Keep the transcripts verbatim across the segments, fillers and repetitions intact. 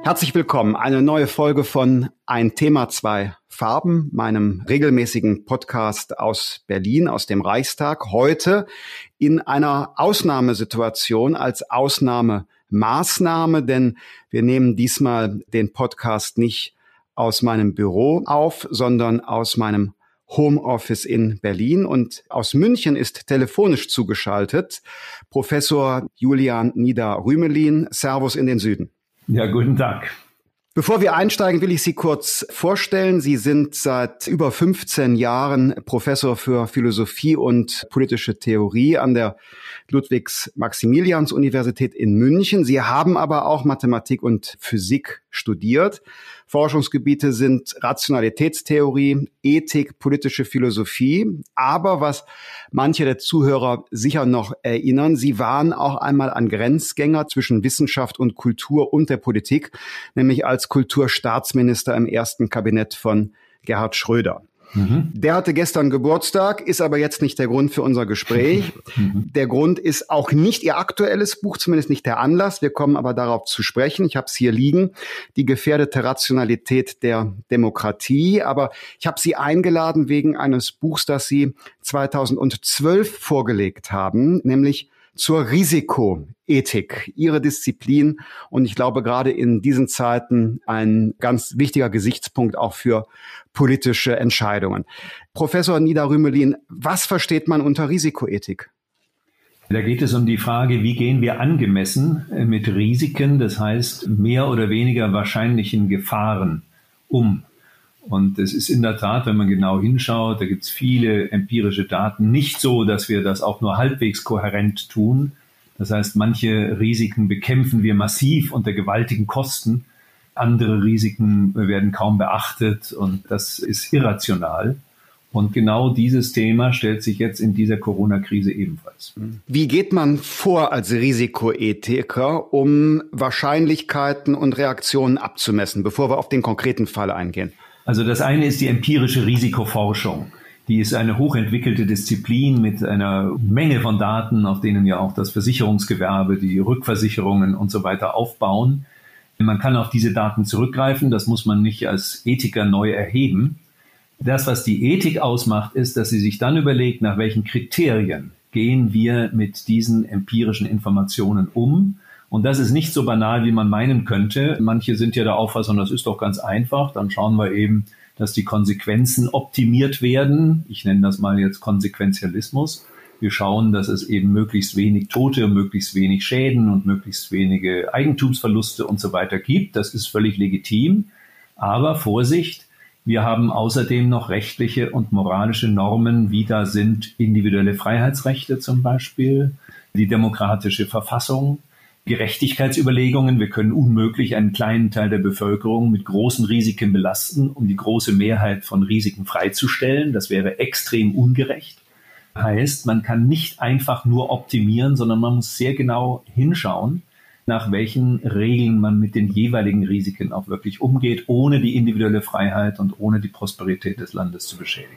Herzlich willkommen. Eine neue Folge von Ein Thema, zwei Farben, meinem regelmäßigen Podcast aus Berlin, aus dem Reichstag. Heute in einer Ausnahmesituation als Ausnahmemaßnahme, denn wir nehmen diesmal den Podcast nicht aus meinem Büro auf, sondern aus meinem Homeoffice in Berlin, und aus München ist telefonisch zugeschaltet Professor Julian Nieder-Rümelin. Servus in den Süden. Ja, guten Tag. Bevor wir einsteigen, will ich Sie kurz vorstellen. Sie sind seit über fünfzehn Jahren Professor für Philosophie und politische Theorie an der Ludwigs-Maximilians-Universität in München. Sie haben aber auch Mathematik und Physik studiert. Forschungsgebiete sind Rationalitätstheorie, Ethik, politische Philosophie. Aber was manche der Zuhörer sicher noch erinnern, Sie waren auch einmal ein Grenzgänger zwischen Wissenschaft und Kultur und der Politik, nämlich als Kulturstaatsminister im ersten Kabinett von Gerhard Schröder. Mhm. Der hatte gestern Geburtstag, ist aber jetzt nicht der Grund für unser Gespräch. Mhm. Der Grund ist auch nicht Ihr aktuelles Buch, zumindest nicht der Anlass. Wir kommen aber darauf zu sprechen. Ich habe es hier liegen, die gefährdete Rationalität der Demokratie. Aber ich habe Sie eingeladen wegen eines Buchs, das Sie zweitausendzwölf vorgelegt haben, nämlich zur Risikoethik, Ihre Disziplin, und ich glaube gerade in diesen Zeiten ein ganz wichtiger Gesichtspunkt auch für politische Entscheidungen. Professor Nieder-Rümelin, was versteht man unter Risikoethik? Da geht es um die Frage, wie gehen wir angemessen mit Risiken, das heißt mehr oder weniger wahrscheinlichen Gefahren um. Und es ist in der Tat, wenn man genau hinschaut, da gibt es viele empirische Daten, nicht so, dass wir das auch nur halbwegs kohärent tun. Das heißt, manche Risiken bekämpfen wir massiv unter gewaltigen Kosten. Andere Risiken werden kaum beachtet, und das ist irrational. Und genau dieses Thema stellt sich jetzt in dieser Corona-Krise ebenfalls. Wie geht man vor als Risikoethiker, um Wahrscheinlichkeiten und Reaktionen abzumessen, bevor wir auf den konkreten Fall eingehen? Also das eine ist die empirische Risikoforschung. Die ist eine hochentwickelte Disziplin mit einer Menge von Daten, auf denen ja auch das Versicherungsgewerbe, die Rückversicherungen und so weiter aufbauen. Man kann auf diese Daten zurückgreifen, das muss man nicht als Ethiker neu erheben. Das, was die Ethik ausmacht, ist, dass sie sich dann überlegt, nach welchen Kriterien gehen wir mit diesen empirischen Informationen um. Und das ist nicht so banal, wie man meinen könnte. Manche sind ja der Auffassung, das ist doch ganz einfach. Dann schauen wir eben, dass die Konsequenzen optimiert werden. Ich nenne das mal jetzt Konsequenzialismus. Wir schauen, dass es eben möglichst wenig Tote und möglichst wenig Schäden und möglichst wenige Eigentumsverluste und so weiter gibt. Das ist völlig legitim. Aber Vorsicht, wir haben außerdem noch rechtliche und moralische Normen, wie da sind individuelle Freiheitsrechte zum Beispiel, die demokratische Verfassung, Gerechtigkeitsüberlegungen. Wir können unmöglich einen kleinen Teil der Bevölkerung mit großen Risiken belasten, um die große Mehrheit von Risiken freizustellen. Das wäre extrem ungerecht. Heißt, man kann nicht einfach nur optimieren, sondern man muss sehr genau hinschauen, nach welchen Regeln man mit den jeweiligen Risiken auch wirklich umgeht, ohne die individuelle Freiheit und ohne die Prosperität des Landes zu beschädigen.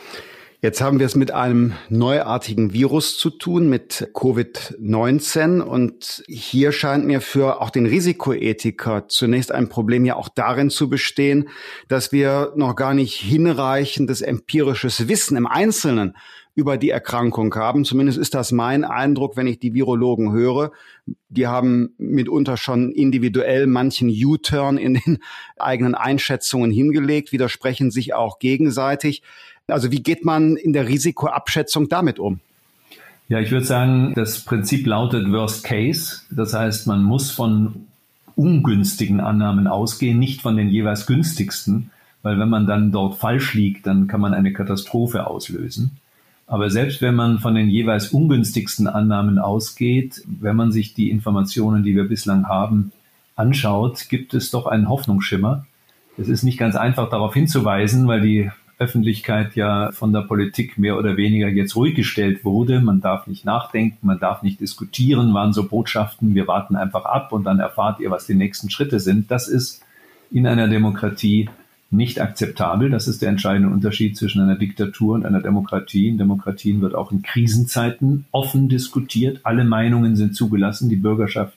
Jetzt haben wir es mit einem neuartigen Virus zu tun, mit Covid neunzehn. Und hier scheint mir für auch den Risikoethiker zunächst ein Problem ja auch darin zu bestehen, dass wir noch gar nicht hinreichendes empirisches Wissen im Einzelnen über die Erkrankung haben. Zumindest ist das mein Eindruck, wenn ich die Virologen höre. Die haben mitunter schon individuell manchen U-Turn in den eigenen Einschätzungen hingelegt, widersprechen sich auch gegenseitig. Also wie geht man in der Risikoabschätzung damit um? Ja, ich würde sagen, das Prinzip lautet Worst Case. Das heißt, man muss von ungünstigen Annahmen ausgehen, nicht von den jeweils günstigsten, weil wenn man dann dort falsch liegt, dann kann man eine Katastrophe auslösen. Aber selbst wenn man von den jeweils ungünstigsten Annahmen ausgeht, wenn man sich die Informationen, die wir bislang haben, anschaut, gibt es doch einen Hoffnungsschimmer. Es ist nicht ganz einfach darauf hinzuweisen, weil die Öffentlichkeit ja von der Politik mehr oder weniger jetzt ruhig gestellt wurde. Man darf nicht nachdenken, man darf nicht diskutieren, waren so Botschaften, wir warten einfach ab und dann erfahrt ihr, was die nächsten Schritte sind. Das ist in einer Demokratie nicht akzeptabel. Das ist der entscheidende Unterschied zwischen einer Diktatur und einer Demokratie. In Demokratien wird auch in Krisenzeiten offen diskutiert. Alle Meinungen sind zugelassen. Die Bürgerschaft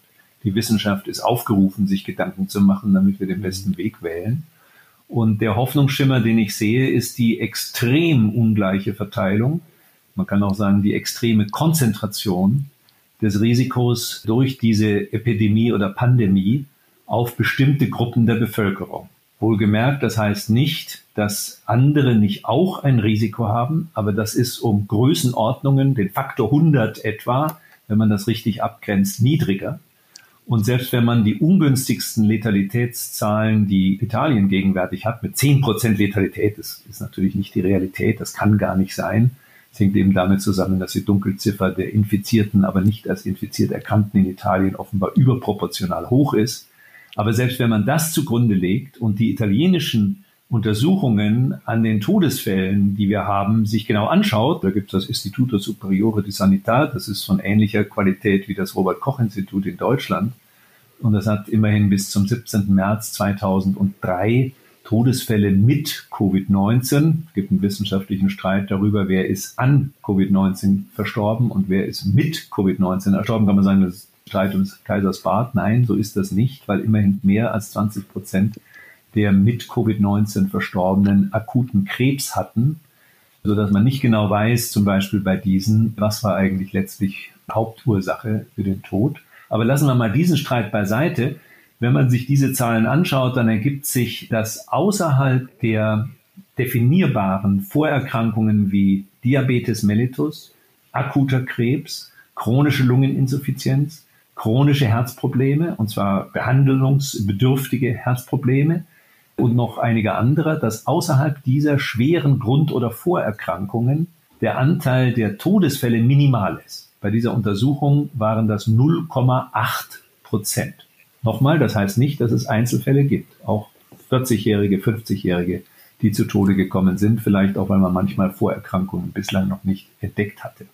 Die Wissenschaft ist aufgerufen, sich Gedanken zu machen, damit wir den besten Weg wählen. Und der Hoffnungsschimmer, den ich sehe, ist die extrem ungleiche Verteilung. Man kann auch sagen, die extreme Konzentration des Risikos durch diese Epidemie oder Pandemie auf bestimmte Gruppen der Bevölkerung. Wohlgemerkt, das heißt nicht, dass andere nicht auch ein Risiko haben, aber das ist um Größenordnungen, den Faktor hundert etwa, wenn man das richtig abgrenzt, niedriger. Und selbst wenn man die ungünstigsten Letalitätszahlen, die Italien gegenwärtig hat, mit zehn Prozent Letalität, das ist natürlich nicht die Realität, das kann gar nicht sein. Es hängt eben damit zusammen, dass die Dunkelziffer der Infizierten, aber nicht als infiziert Erkannten in Italien offenbar überproportional hoch ist. Aber selbst wenn man das zugrunde legt und die italienischen Untersuchungen an den Todesfällen, die wir haben, sich genau anschaut, da gibt es das Istituto Superiore di Sanità, das ist von ähnlicher Qualität wie das Robert-Koch-Institut in Deutschland. Und das hat immerhin bis zum siebzehnten März zweitausenddrei Todesfälle mit Covid neunzehn. Es gibt einen wissenschaftlichen Streit darüber, wer ist an Covid neunzehn verstorben und wer ist mit Covid neunzehn verstorben. Kann man sagen, das ist Streit ums Kaisers Bart. Nein, so ist das nicht, weil immerhin mehr als zwanzig Prozent der mit Covid neunzehn Verstorbenen akuten Krebs hatten, sodass man nicht genau weiß, zum Beispiel bei diesen, was war eigentlich letztlich Hauptursache für den Tod. Aber lassen wir mal diesen Streit beiseite. Wenn man sich diese Zahlen anschaut, dann ergibt sich, dass außerhalb der definierbaren Vorerkrankungen wie Diabetes mellitus, akuter Krebs, chronische Lungeninsuffizienz, chronische Herzprobleme, und zwar behandlungsbedürftige Herzprobleme und noch einige andere, dass außerhalb dieser schweren Grund- oder Vorerkrankungen der Anteil der Todesfälle minimal ist. Bei dieser Untersuchung waren das null Komma acht Prozent. Nochmal, das heißt nicht, dass es Einzelfälle gibt. Auch vierzigjährige, fünfzigjährige, die zu Tode gekommen sind, vielleicht auch, weil man manchmal Vorerkrankungen bislang noch nicht entdeckt hatte.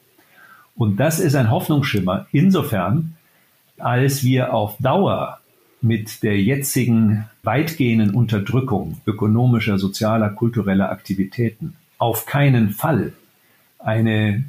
Und das ist ein Hoffnungsschimmer insofern, als wir auf Dauer mit der jetzigen weitgehenden Unterdrückung ökonomischer, sozialer, kultureller Aktivitäten auf keinen Fall eine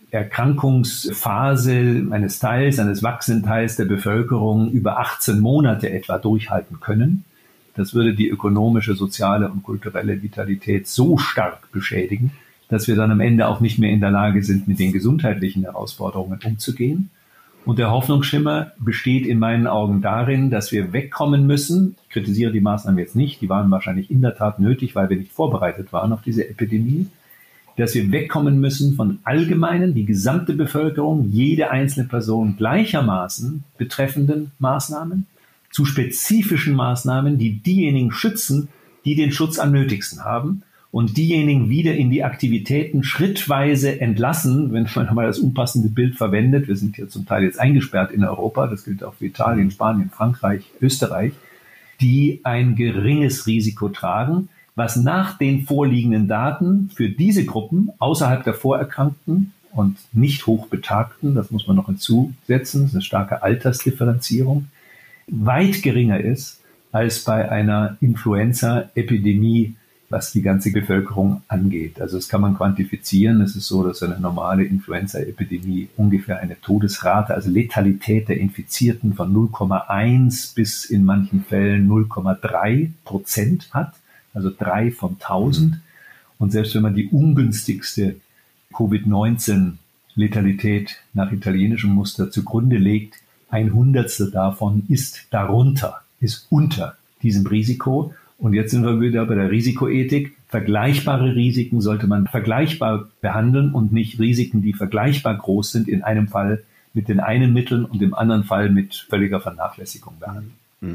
Erkrankungsphase eines Teils, eines wachsenden Teils der Bevölkerung über achtzehn Monate etwa durchhalten können. Das würde die ökonomische, soziale und kulturelle Vitalität so stark beschädigen, dass wir dann am Ende auch nicht mehr in der Lage sind, mit den gesundheitlichen Herausforderungen umzugehen. Und der Hoffnungsschimmer besteht in meinen Augen darin, dass wir wegkommen müssen. Ich kritisiere die Maßnahmen jetzt nicht, die waren wahrscheinlich in der Tat nötig, weil wir nicht vorbereitet waren auf diese Epidemie. Dass wir wegkommen müssen von allgemeinen, die gesamte Bevölkerung, jede einzelne Person gleichermaßen betreffenden Maßnahmen, zu spezifischen Maßnahmen, die diejenigen schützen, die den Schutz am nötigsten haben, und diejenigen wieder in die Aktivitäten schrittweise entlassen, wenn man mal das unpassende Bild verwendet. Wir sind hier zum Teil jetzt eingesperrt in Europa, das gilt auch für Italien, Spanien, Frankreich, Österreich, die ein geringes Risiko tragen, was nach den vorliegenden Daten für diese Gruppen außerhalb der Vorerkrankten und nicht hochbetagten, das muss man noch hinzusetzen, das ist eine starke Altersdifferenzierung, weit geringer ist als bei einer Influenza-Epidemie, was die ganze Bevölkerung angeht. Also das kann man quantifizieren. Es ist so, dass eine normale Influenza-Epidemie ungefähr eine Todesrate, also Letalität der Infizierten von null Komma eins bis in manchen Fällen null Komma drei Prozent hat, also drei von tausend. Und selbst wenn man die ungünstigste Covid neunzehn Letalität nach italienischem Muster zugrunde legt, ein Hundertstel davon ist darunter, ist unter diesem Risiko. Und jetzt sind wir wieder bei der Risikoethik. Vergleichbare Risiken sollte man vergleichbar behandeln und nicht Risiken, die vergleichbar groß sind, in einem Fall mit den einen Mitteln und im anderen Fall mit völliger Vernachlässigung behandeln.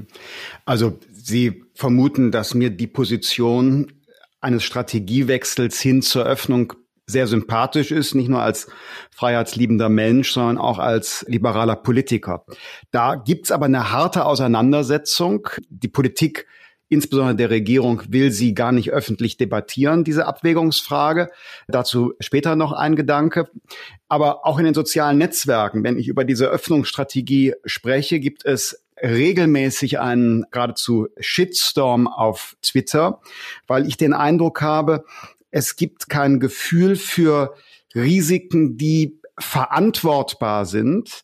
Also Sie vermuten, dass mir die Position eines Strategiewechsels hin zur Öffnung sehr sympathisch ist, nicht nur als freiheitsliebender Mensch, sondern auch als liberaler Politiker. Da gibt's aber eine harte Auseinandersetzung. Die Politik, insbesondere der Regierung, will sie gar nicht öffentlich debattieren, diese Abwägungsfrage. Dazu später noch ein Gedanke. Aber auch in den sozialen Netzwerken, wenn ich über diese Öffnungsstrategie spreche, gibt es regelmäßig einen geradezu Shitstorm auf Twitter, weil ich den Eindruck habe, es gibt kein Gefühl für Risiken, die verantwortbar sind.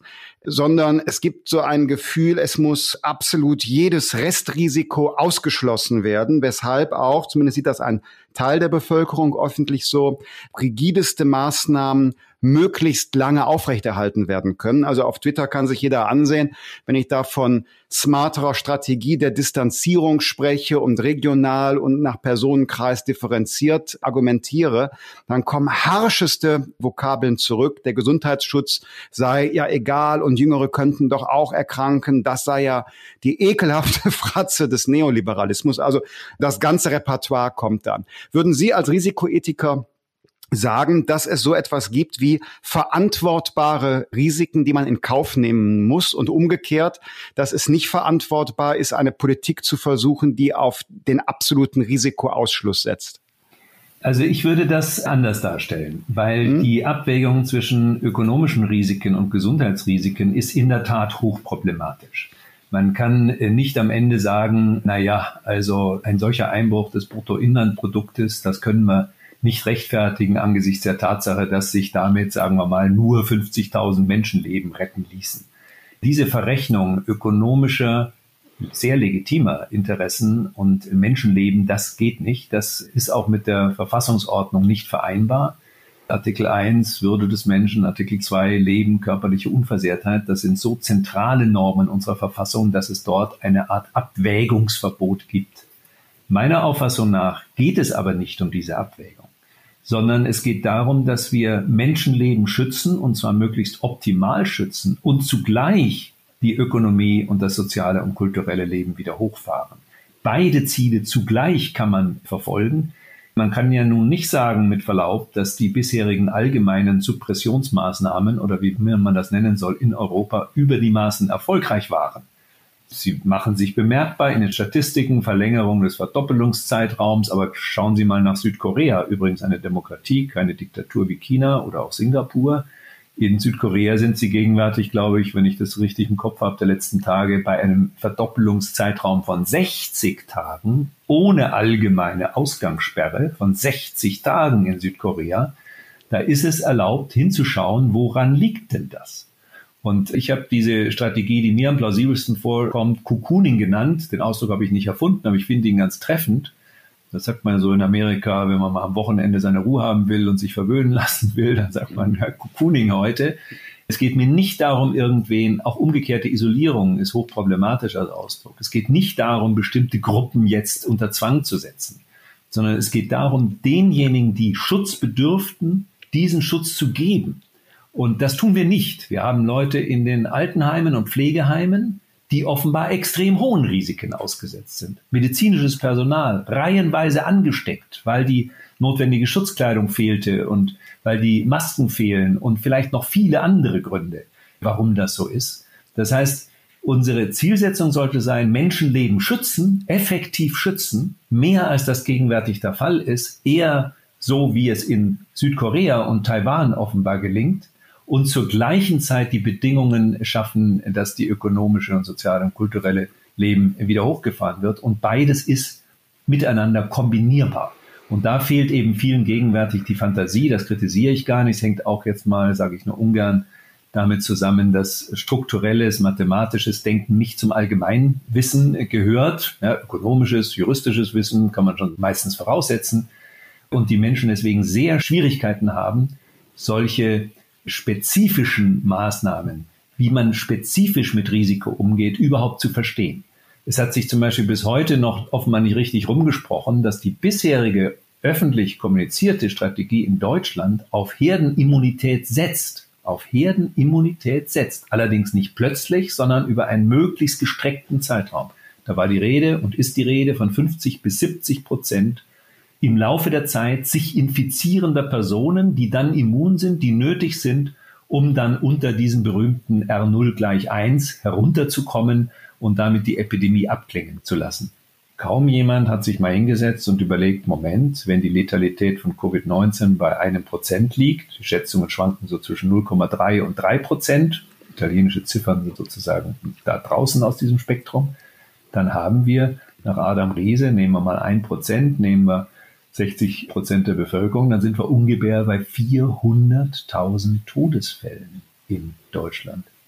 sondern es gibt so ein Gefühl, es muss absolut jedes Restrisiko ausgeschlossen werden, weshalb auch, zumindest sieht das ein Teil der Bevölkerung öffentlich so, rigideste Maßnahmen möglichst lange aufrechterhalten werden können. Also auf Twitter kann sich jeder ansehen, wenn ich da von smarterer Strategie der Distanzierung spreche und regional und nach Personenkreis differenziert argumentiere, dann kommen harscheste Vokabeln zurück. Der Gesundheitsschutz sei ja egal und Jüngere könnten doch auch erkranken. Das sei ja die ekelhafte Fratze des Neoliberalismus. Also das ganze Repertoire kommt dann. Würden Sie als Risikoethiker sagen, dass es so etwas gibt wie verantwortbare Risiken, die man in Kauf nehmen muss und umgekehrt, dass es nicht verantwortbar ist, eine Politik zu versuchen, die auf den absoluten Risikoausschluss setzt? Also ich würde das anders darstellen, weil hm. die Abwägung zwischen ökonomischen Risiken und Gesundheitsrisiken ist in der Tat hochproblematisch. Man kann nicht am Ende sagen, na ja, also ein solcher Einbruch des Bruttoinlandproduktes, das können wir nicht rechtfertigen angesichts der Tatsache, dass sich damit, sagen wir mal, nur fünfzigtausend Menschenleben retten ließen. Diese Verrechnung ökonomischer, sehr legitimer Interessen und Menschenleben, das geht nicht. Das ist auch mit der Verfassungsordnung nicht vereinbar. Artikel eins, Würde des Menschen, Artikel zwei, Leben, körperliche Unversehrtheit, das sind so zentrale Normen unserer Verfassung, dass es dort eine Art Abwägungsverbot gibt. Meiner Auffassung nach geht es aber nicht um diese Abwägung, sondern es geht darum, dass wir Menschenleben schützen und zwar möglichst optimal schützen und zugleich die Ökonomie und das soziale und kulturelle Leben wieder hochfahren. Beide Ziele zugleich kann man verfolgen. Man kann ja nun nicht sagen, mit Verlaub, dass die bisherigen allgemeinen Suppressionsmaßnahmen oder wie man das nennen soll, in Europa über die Maßen erfolgreich waren. Sie machen sich bemerkbar in den Statistiken, Verlängerung des Verdoppelungszeitraums, aber schauen Sie mal nach Südkorea, übrigens eine Demokratie, keine Diktatur wie China oder auch Singapur. In Südkorea sind sie gegenwärtig, glaube ich, wenn ich das richtig im Kopf habe, der letzten Tage bei einem Verdoppelungszeitraum von sechzig Tagen, ohne allgemeine Ausgangssperre von sechzig Tagen in Südkorea. Da ist es erlaubt, hinzuschauen, woran liegt denn das? Und ich habe diese Strategie, die mir am plausibelsten vorkommt, Cocooning genannt. Den Ausdruck habe ich nicht erfunden, aber ich finde ihn ganz treffend. Das sagt man so in Amerika, wenn man mal am Wochenende seine Ruhe haben will und sich verwöhnen lassen will, dann sagt man, ja, Cocooning heute. Es geht mir nicht darum, irgendwen, auch umgekehrte Isolierung ist hochproblematisch als Ausdruck. Es geht nicht darum, bestimmte Gruppen jetzt unter Zwang zu setzen, sondern es geht darum, denjenigen, die Schutz bedürften, diesen Schutz zu geben. Und das tun wir nicht. Wir haben Leute in den Altenheimen und Pflegeheimen, die offenbar extrem hohen Risiken ausgesetzt sind. Medizinisches Personal reihenweise angesteckt, weil die notwendige Schutzkleidung fehlte und weil die Masken fehlen und vielleicht noch viele andere Gründe, warum das so ist. Das heißt, unsere Zielsetzung sollte sein, Menschenleben schützen, effektiv schützen, mehr als das gegenwärtig der Fall ist, eher so wie es in Südkorea und Taiwan offenbar gelingt, und zur gleichen Zeit die Bedingungen schaffen, dass die ökonomische und soziale und kulturelle Leben wieder hochgefahren wird. Und beides ist miteinander kombinierbar. Und da fehlt eben vielen gegenwärtig die Fantasie, das kritisiere ich gar nicht. Es hängt auch jetzt mal, sage ich nur ungern, damit zusammen, dass strukturelles, mathematisches Denken nicht zum Allgemeinwissen gehört. Ja, ökonomisches, juristisches Wissen kann man schon meistens voraussetzen. Und die Menschen deswegen sehr Schwierigkeiten haben, solche spezifischen Maßnahmen, wie man spezifisch mit Risiko umgeht, überhaupt zu verstehen. Es hat sich zum Beispiel bis heute noch offenbar nicht richtig rumgesprochen, dass die bisherige öffentlich kommunizierte Strategie in Deutschland auf Herdenimmunität setzt. Auf Herdenimmunität setzt. Allerdings nicht plötzlich, sondern über einen möglichst gestreckten Zeitraum. Da war die Rede und ist die Rede von fünfzig bis siebzig Prozent im Laufe der Zeit sich infizierender Personen, die dann immun sind, die nötig sind, um dann unter diesem berühmten R null gleich eins herunterzukommen und damit die Epidemie abklingen zu lassen. Kaum jemand hat sich mal hingesetzt und überlegt, Moment, wenn die Letalität von Covid neunzehn bei einem Prozent liegt, die Schätzungen schwanken so zwischen null Komma drei und drei Prozent, italienische Ziffern sind sozusagen da draußen aus diesem Spektrum, dann haben wir nach Adam Riese, nehmen wir mal ein Prozent, nehmen wir sechzig Prozent der Bevölkerung, dann sind wir ungefähr bei vierhunderttausend Todesfällen in Deutschland.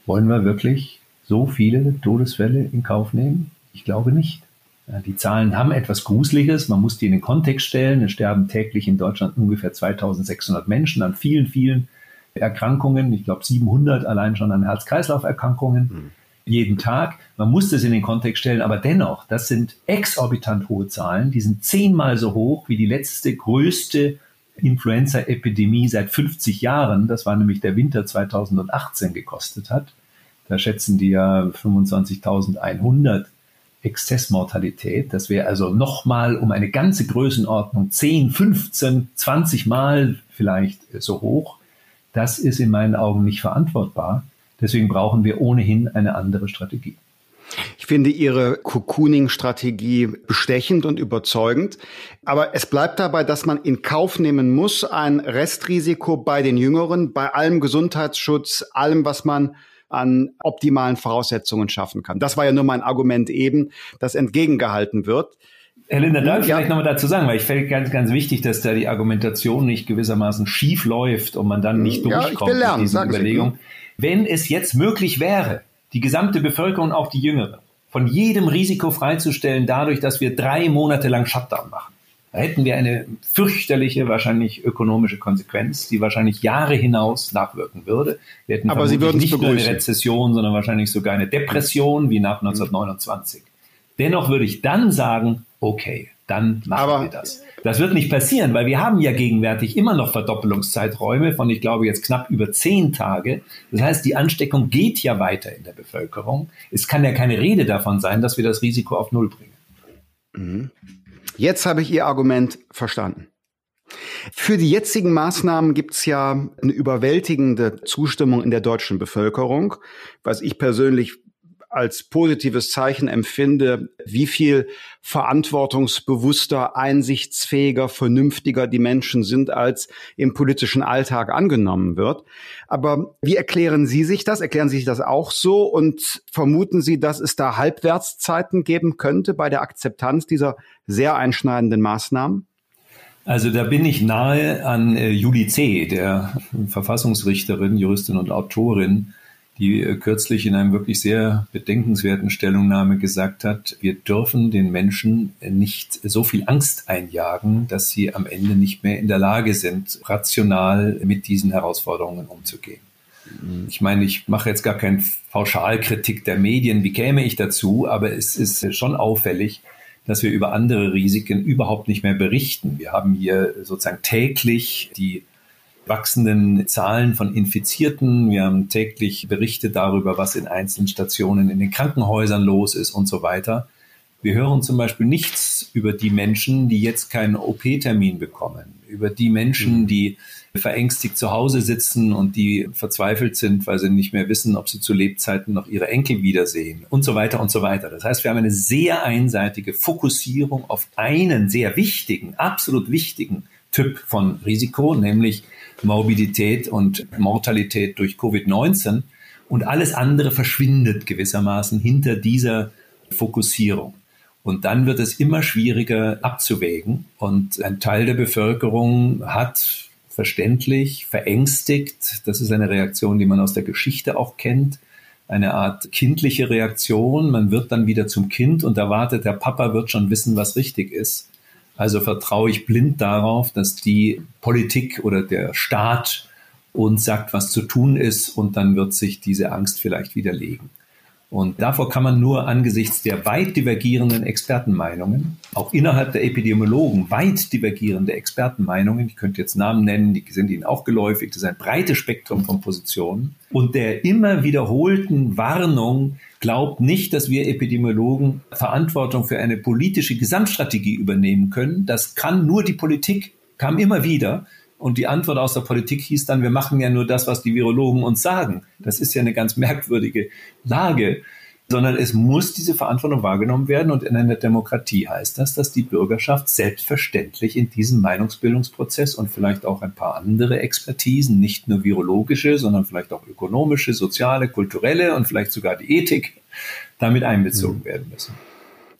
Wollen wir wirklich so viele Todesfälle in Kauf nehmen? Ich glaube nicht. Die Zahlen haben etwas Gruseliges. Man muss die in den Kontext stellen. Es sterben täglich in Deutschland ungefähr zweitausendsechshundert Menschen an vielen, vielen Erkrankungen. Ich glaube siebenhundert allein schon an Herz-Kreislauf-Erkrankungen mhm. jeden Tag. Man muss das in den Kontext stellen. Aber dennoch, das sind exorbitant hohe Zahlen. Die sind zehnmal so hoch wie die letzte größte Influenza-Epidemie seit fünfzig Jahren. Das war nämlich der Winter zweitausendachtzehn gekostet hat. Da schätzen die ja fünfundzwanzigtausendeinhundert Exzessmortalität. Das wäre also nochmal um eine ganze Größenordnung zehn, fünfzehn, zwanzig Mal vielleicht so hoch. Das ist in meinen Augen nicht verantwortbar. Deswegen brauchen wir ohnehin eine andere Strategie. Ich finde Ihre Cocooning-Strategie bestechend und überzeugend. Aber es bleibt dabei, dass man in Kauf nehmen muss, ein Restrisiko bei den Jüngeren, bei allem Gesundheitsschutz, allem, was man an optimalen Voraussetzungen schaffen kann. Das war ja nur mein Argument eben, das entgegengehalten wird. Herr Lindner, darf ich ja. vielleicht nochmal dazu sagen, weil ich finde ganz, ganz wichtig, dass da die Argumentation nicht gewissermaßen schief läuft und man dann nicht ja, durchkommt mit diesen Überlegungen. Wenn es jetzt möglich wäre, die gesamte Bevölkerung, auch die Jüngere, von jedem Risiko freizustellen, dadurch, dass wir drei Monate lang Shutdown machen, da hätten wir eine fürchterliche, wahrscheinlich ökonomische Konsequenz, die wahrscheinlich Jahre hinaus nachwirken würde. Wir hätten Aber Sie würden nicht begrüßen. nur eine Rezession, sondern wahrscheinlich sogar eine Depression wie nach neunzehnhundertneunundzwanzig. Dennoch würde ich dann sagen, okay, dann machen Aber wir das. Das wird nicht passieren, weil wir haben ja gegenwärtig immer noch Verdoppelungszeiträume von, ich glaube, jetzt knapp über zehn Tage. Das heißt, die Ansteckung geht ja weiter in der Bevölkerung. Es kann ja keine Rede davon sein, dass wir das Risiko auf Null bringen. Mhm. Jetzt habe ich Ihr Argument verstanden. Für die jetzigen Maßnahmen gibt es ja eine überwältigende Zustimmung in der deutschen Bevölkerung, was ich persönlich als positives Zeichen empfinde, wie viel verantwortungsbewusster, einsichtsfähiger, vernünftiger die Menschen sind, als im politischen Alltag angenommen wird. Aber wie erklären Sie sich das? Erklären Sie sich das auch so? Und vermuten Sie, dass es da Halbwertszeiten geben könnte bei der Akzeptanz dieser sehr einschneidenden Maßnahmen? Also da bin ich nahe an äh, Julie Zeh, der Verfassungsrichterin, Juristin und Autorin, die kürzlich in einem wirklich sehr bedenkenswerten Stellungnahme gesagt hat, wir dürfen den Menschen nicht so viel Angst einjagen, dass sie am Ende nicht mehr in der Lage sind, rational mit diesen Herausforderungen umzugehen. Ich meine, ich mache jetzt gar keine Pauschalkritik der Medien, wie käme ich dazu, aber es ist schon auffällig, dass wir über andere Risiken überhaupt nicht mehr berichten. Wir haben hier sozusagen täglich die wachsenden Zahlen von Infizierten. Wir haben täglich Berichte darüber, was in einzelnen Stationen in den Krankenhäusern los ist und so weiter. Wir hören zum Beispiel nichts über die Menschen, die jetzt keinen O P-Termin bekommen, über die Menschen, die verängstigt zu Hause sitzen und die verzweifelt sind, weil sie nicht mehr wissen, ob sie zu Lebzeiten noch ihre Enkel wiedersehen und so weiter und so weiter. Das heißt, wir haben eine sehr einseitige Fokussierung auf einen sehr wichtigen, absolut wichtigen Typ von Risiko, nämlich Morbidität und Mortalität durch Covid neunzehn, und alles andere verschwindet gewissermaßen hinter dieser Fokussierung. Und dann wird es immer schwieriger abzuwägen, und ein Teil der Bevölkerung hat verständlich verängstigt, das ist eine Reaktion, die man aus der Geschichte auch kennt, eine Art kindliche Reaktion, man wird dann wieder zum Kind und erwartet, der Papa wird schon wissen, was richtig ist. Also vertraue ich blind darauf, dass die Politik oder der Staat uns sagt, was zu tun ist, und dann wird sich diese Angst vielleicht widerlegen. Und davor kann man nur angesichts der weit divergierenden Expertenmeinungen, auch innerhalb der Epidemiologen weit divergierende Expertenmeinungen, ich könnte jetzt Namen nennen, die sind Ihnen auch geläufig, das ist ein breites Spektrum von Positionen, und der immer wiederholten Warnung, glaubt nicht, dass wir Epidemiologen Verantwortung für eine politische Gesamtstrategie übernehmen können. Das kann nur die Politik, kam immer wieder. Und die Antwort aus der Politik hieß dann, wir machen ja nur das, was die Virologen uns sagen. Das ist ja eine ganz merkwürdige Lage. Sondern es muss diese Verantwortung wahrgenommen werden. Und in einer Demokratie heißt das, dass die Bürgerschaft selbstverständlich in diesem Meinungsbildungsprozess und vielleicht auch ein paar andere Expertisen, nicht nur virologische, sondern vielleicht auch ökonomische, soziale, kulturelle und vielleicht sogar die Ethik, damit einbezogen werden müssen.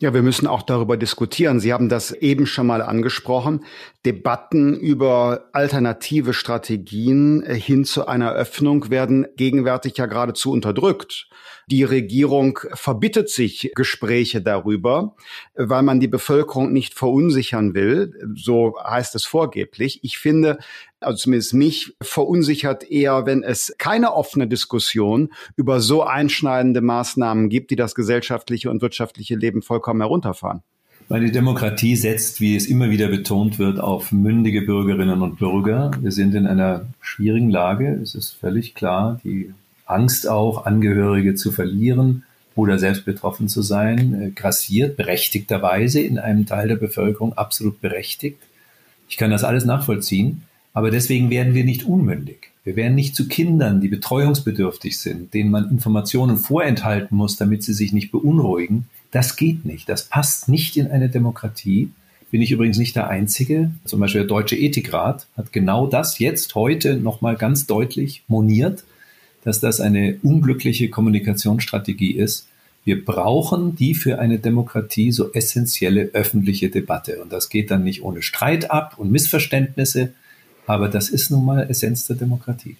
Ja, wir müssen auch darüber diskutieren. Sie haben das eben schon mal angesprochen. Debatten über alternative Strategien hin zu einer Öffnung werden gegenwärtig ja geradezu unterdrückt. Die Regierung verbittet sich Gespräche darüber, weil man die Bevölkerung nicht verunsichern will. So heißt es vorgeblich. Ich finde, also zumindest mich verunsichert eher, wenn es keine offene Diskussion über so einschneidende Maßnahmen gibt, die das gesellschaftliche und wirtschaftliche Leben vollkommen herunterfahren. Weil die Demokratie setzt, wie es immer wieder betont wird, auf mündige Bürgerinnen und Bürger. Wir sind in einer schwierigen Lage. Es ist völlig klar, die Angst auch, Angehörige zu verlieren oder selbst betroffen zu sein, grassiert berechtigterweise in einem Teil der Bevölkerung, absolut berechtigt. Ich kann das alles nachvollziehen, aber deswegen werden wir nicht unmündig. Wir werden nicht zu Kindern, die betreuungsbedürftig sind, denen man Informationen vorenthalten muss, damit sie sich nicht beunruhigen. Das geht nicht. Das passt nicht in eine Demokratie. Bin ich übrigens nicht der Einzige. Zum Beispiel der Deutsche Ethikrat hat genau das jetzt, heute nochmal ganz deutlich moniert, dass das eine unglückliche Kommunikationsstrategie ist. Wir brauchen die für eine Demokratie so essentielle öffentliche Debatte. Und das geht dann nicht ohne Streit ab und Missverständnisse, aber das ist nun mal Essenz der Demokratie.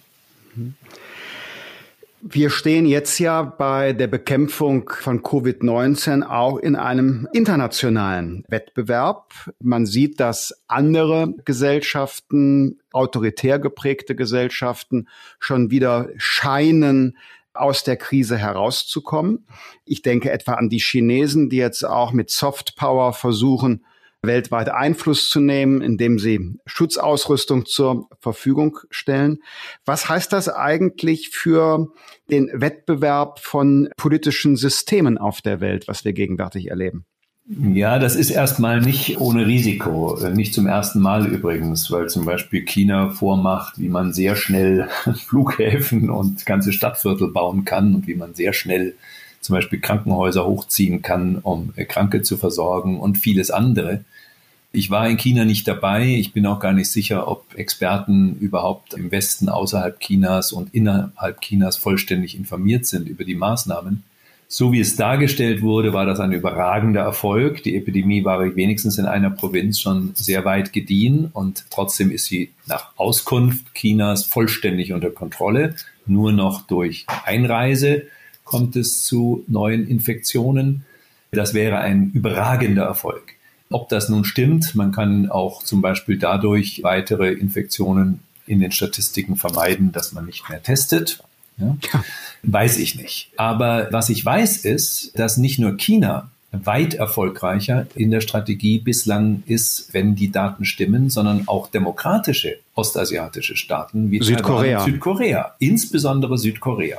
Wir stehen jetzt ja bei der Bekämpfung von Covid neunzehn auch in einem internationalen Wettbewerb. Man sieht, dass andere Gesellschaften, autoritär geprägte Gesellschaften, schon wieder scheinen, aus der Krise herauszukommen. Ich denke etwa an die Chinesen, die jetzt auch mit Softpower versuchen, weltweit Einfluss zu nehmen, indem sie Schutzausrüstung zur Verfügung stellen. Was heißt das eigentlich für den Wettbewerb von politischen Systemen auf der Welt, was wir gegenwärtig erleben? Ja, das ist erstmal nicht ohne Risiko. Nicht zum ersten Mal übrigens, weil zum Beispiel China vormacht, wie man sehr schnell Flughäfen und ganze Stadtviertel bauen kann und wie man sehr schnell zum Beispiel Krankenhäuser hochziehen kann, um Kranke zu versorgen und vieles andere. Ich war in China nicht dabei. Ich bin auch gar nicht sicher, ob Experten überhaupt im Westen außerhalb Chinas und innerhalb Chinas vollständig informiert sind über die Maßnahmen. So wie es dargestellt wurde, war das ein überragender Erfolg. Die Epidemie war wenigstens in einer Provinz schon sehr weit gediehen und trotzdem ist sie nach Auskunft Chinas vollständig unter Kontrolle. Nur noch durch Einreise kommt es zu neuen Infektionen. Das wäre ein überragender Erfolg. Ob das nun stimmt, man kann auch zum Beispiel dadurch weitere Infektionen in den Statistiken vermeiden, dass man nicht mehr testet. Ja? Ja. Weiß ich nicht. Aber was ich weiß ist, dass nicht nur China weit erfolgreicher in der Strategie bislang ist, wenn die Daten stimmen, sondern auch demokratische ostasiatische Staaten wie Südkorea. Südkorea, insbesondere Südkorea.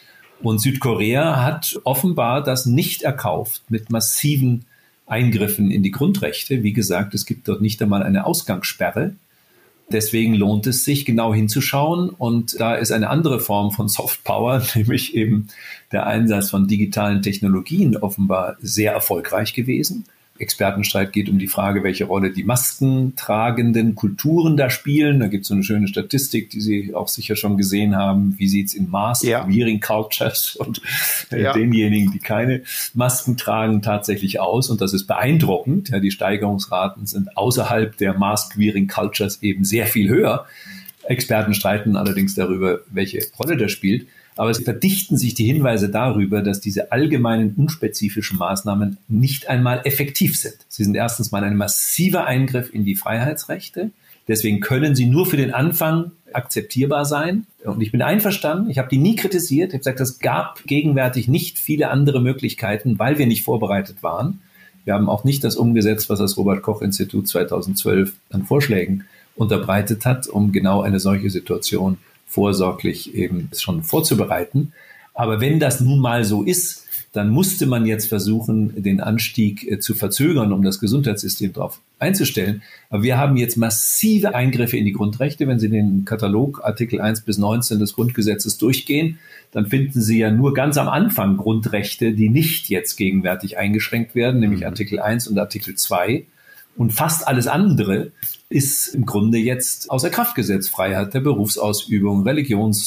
Und Südkorea hat offenbar das nicht erkauft mit massiven Eingriffen in die Grundrechte. Wie gesagt, es gibt dort nicht einmal eine Ausgangssperre. Deswegen lohnt es sich, genau hinzuschauen. Und da ist eine andere Form von Softpower, nämlich eben der Einsatz von digitalen Technologien offenbar sehr erfolgreich gewesen. Expertenstreit geht um die Frage, welche Rolle die maskentragenden Kulturen da spielen. Da gibt es so eine schöne Statistik, die Sie auch sicher schon gesehen haben. Wie sieht es in Mask-Wearing Cultures und äh, ja. denjenigen, die keine Masken tragen, tatsächlich aus? Und das ist beeindruckend. Ja, die Steigerungsraten sind außerhalb der Mask-Wearing Cultures eben sehr viel höher. Experten streiten allerdings darüber, welche Rolle das spielt. Aber es verdichten sich die Hinweise darüber, dass diese allgemeinen, unspezifischen Maßnahmen nicht einmal effektiv sind. Sie sind erstens mal ein massiver Eingriff in die Freiheitsrechte. Deswegen können sie nur für den Anfang akzeptierbar sein. Und ich bin einverstanden, ich habe die nie kritisiert. Ich habe gesagt, es gab gegenwärtig nicht viele andere Möglichkeiten, weil wir nicht vorbereitet waren. Wir haben auch nicht das umgesetzt, was das Robert-Koch-Institut zweitausendzwölf an Vorschlägen unterbreitet hat, um genau eine solche Situation vorsorglich eben schon vorzubereiten. Aber wenn das nun mal so ist, dann musste man jetzt versuchen, den Anstieg äh, zu verzögern, um das Gesundheitssystem darauf einzustellen. Aber wir haben jetzt massive Eingriffe in die Grundrechte. Wenn Sie den Katalog Artikel eins bis neunzehn des Grundgesetzes durchgehen, dann finden Sie ja nur ganz am Anfang Grundrechte, die nicht jetzt gegenwärtig eingeschränkt werden, nämlich Artikel eins und Artikel zwei. Und fast alles andere ist im Grunde jetzt außer Kraft gesetzt. Freiheit der Berufsausübung,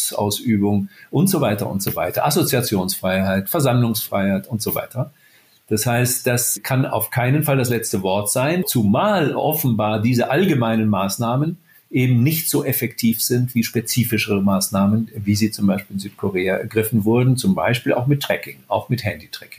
Religionsausübung und so weiter und so weiter. Assoziationsfreiheit, Versammlungsfreiheit und so weiter. Das heißt, das kann auf keinen Fall das letzte Wort sein, zumal offenbar diese allgemeinen Maßnahmen eben nicht so effektiv sind wie spezifischere Maßnahmen, wie sie zum Beispiel in Südkorea ergriffen wurden, zum Beispiel auch mit Tracking, auch mit Handy-Tracking.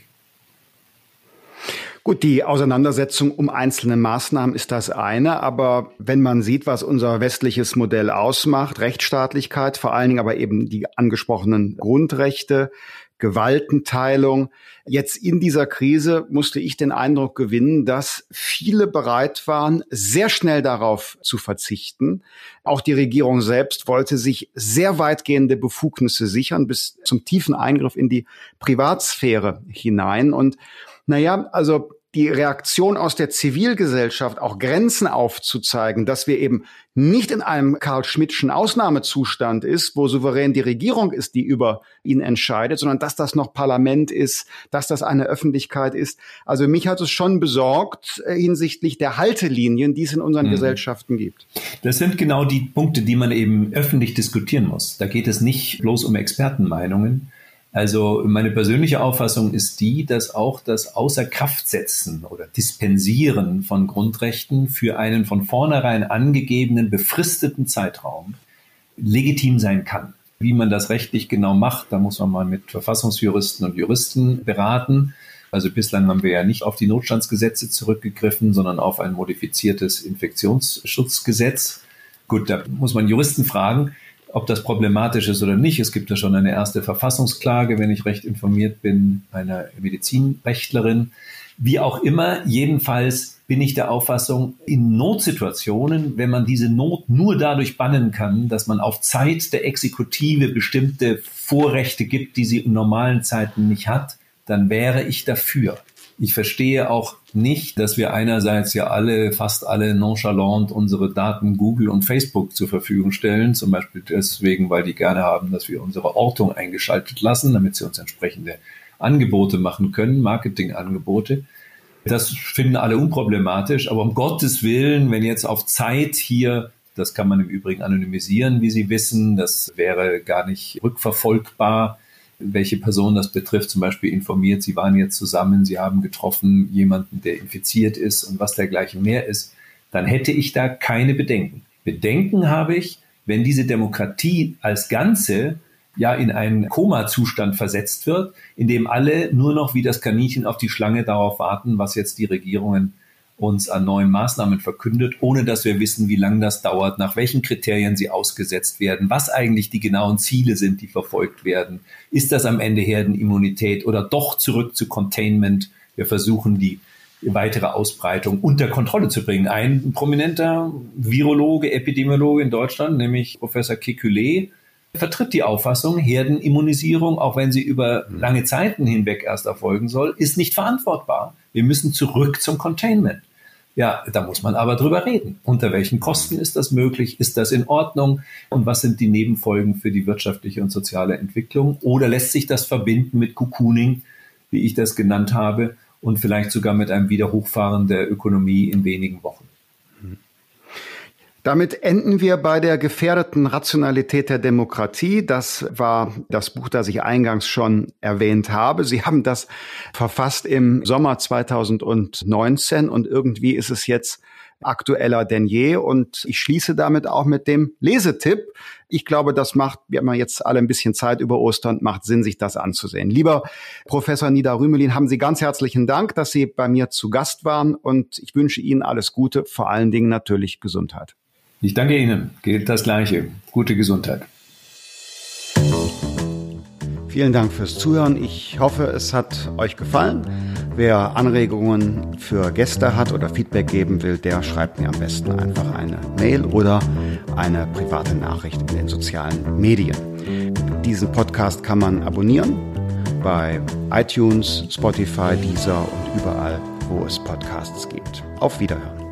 Gut, die Auseinandersetzung um einzelne Maßnahmen ist das eine, aber wenn man sieht, was unser westliches Modell ausmacht, Rechtsstaatlichkeit, vor allen Dingen aber eben die angesprochenen Grundrechte, Gewaltenteilung. Jetzt in dieser Krise musste ich den Eindruck gewinnen, dass viele bereit waren, sehr schnell darauf zu verzichten. Auch die Regierung selbst wollte sich sehr weitgehende Befugnisse sichern, bis zum tiefen Eingriff in die Privatsphäre hinein. Und naja, also die Reaktion aus der Zivilgesellschaft, auch Grenzen aufzuzeigen, dass wir eben nicht in einem Karl-Schmittschen Ausnahmezustand ist, wo souverän die Regierung ist, die über ihn entscheidet, sondern dass das noch Parlament ist, dass das eine Öffentlichkeit ist. Also mich hat es schon besorgt hinsichtlich der Haltelinien, die es in unseren mhm. Gesellschaften gibt. Das sind genau die Punkte, die man eben öffentlich diskutieren muss. Da geht es nicht bloß um Expertenmeinungen. Also meine persönliche Auffassung ist die, dass auch das Außerkraftsetzen oder Dispensieren von Grundrechten für einen von vornherein angegebenen, befristeten Zeitraum legitim sein kann. Wie man das rechtlich genau macht, da muss man mal mit Verfassungsjuristen und Juristen beraten. Also bislang haben wir ja nicht auf die Notstandsgesetze zurückgegriffen, sondern auf ein modifiziertes Infektionsschutzgesetz. Gut, da muss man Juristen fragen, ob das problematisch ist oder nicht. Es gibt ja schon eine erste Verfassungsklage, wenn ich recht informiert bin, einer Medizinrechtlerin. Wie auch immer, jedenfalls bin ich der Auffassung, in Notsituationen, wenn man diese Not nur dadurch bannen kann, dass man auf Zeit der Exekutive bestimmte Vorrechte gibt, die sie in normalen Zeiten nicht hat, dann wäre ich dafür. Ich verstehe auch nicht, dass wir einerseits ja alle, fast alle nonchalant unsere Daten Google und Facebook zur Verfügung stellen, zum Beispiel deswegen, weil die gerne haben, dass wir unsere Ortung eingeschaltet lassen, damit sie uns entsprechende Angebote machen können, Marketingangebote. Das finden alle unproblematisch, aber um Gottes Willen, wenn jetzt auf Zeit hier, das kann man im Übrigen anonymisieren, wie Sie wissen, das wäre gar nicht rückverfolgbar, welche Person das betrifft, zum Beispiel informiert, Sie waren jetzt zusammen, Sie haben getroffen jemanden, der infiziert ist und was dergleichen mehr ist, dann hätte ich da keine Bedenken. Bedenken habe ich, wenn diese Demokratie als Ganze ja in einen Koma-Zustand versetzt wird, in dem alle nur noch wie das Kaninchen auf die Schlange darauf warten, was jetzt die Regierungen uns an neuen Maßnahmen verkündet, ohne dass wir wissen, wie lange das dauert, nach welchen Kriterien sie ausgesetzt werden, was eigentlich die genauen Ziele sind, die verfolgt werden. Ist das am Ende Herdenimmunität oder doch zurück zu Containment? Wir versuchen, die weitere Ausbreitung unter Kontrolle zu bringen. Ein prominenter Virologe, Epidemiologe in Deutschland, nämlich Professor Kekulé, vertritt die Auffassung, Herdenimmunisierung, auch wenn sie über lange Zeiten hinweg erst erfolgen soll, ist nicht verantwortbar. Wir müssen zurück zum Containment. Ja, da muss man aber drüber reden. Unter welchen Kosten ist das möglich? Ist das in Ordnung? Und was sind die Nebenfolgen für die wirtschaftliche und soziale Entwicklung? Oder lässt sich das verbinden mit Cocooning, wie ich das genannt habe, und vielleicht sogar mit einem Wiederhochfahren der Ökonomie in wenigen Wochen? Damit enden wir bei der gefährdeten Rationalität der Demokratie. Das war das Buch, das ich eingangs schon erwähnt habe. Sie haben das verfasst im Sommer zweitausendneunzehn und irgendwie ist es jetzt aktueller denn je. Und ich schließe damit auch mit dem Lesetipp. Ich glaube, das macht, wir haben jetzt alle ein bisschen Zeit über Ostern, macht Sinn, sich das anzusehen. Lieber Professor Nidar Rümelin, haben Sie ganz herzlichen Dank, dass Sie bei mir zu Gast waren und ich wünsche Ihnen alles Gute, vor allen Dingen natürlich Gesundheit. Ich danke Ihnen. Gilt das Gleiche. Gute Gesundheit. Vielen Dank fürs Zuhören. Ich hoffe, es hat euch gefallen. Wer Anregungen für Gäste hat oder Feedback geben will, der schreibt mir am besten einfach eine Mail oder eine private Nachricht in den sozialen Medien. Diesen Podcast kann man abonnieren bei iTunes, Spotify, Deezer und überall, wo es Podcasts gibt. Auf Wiederhören.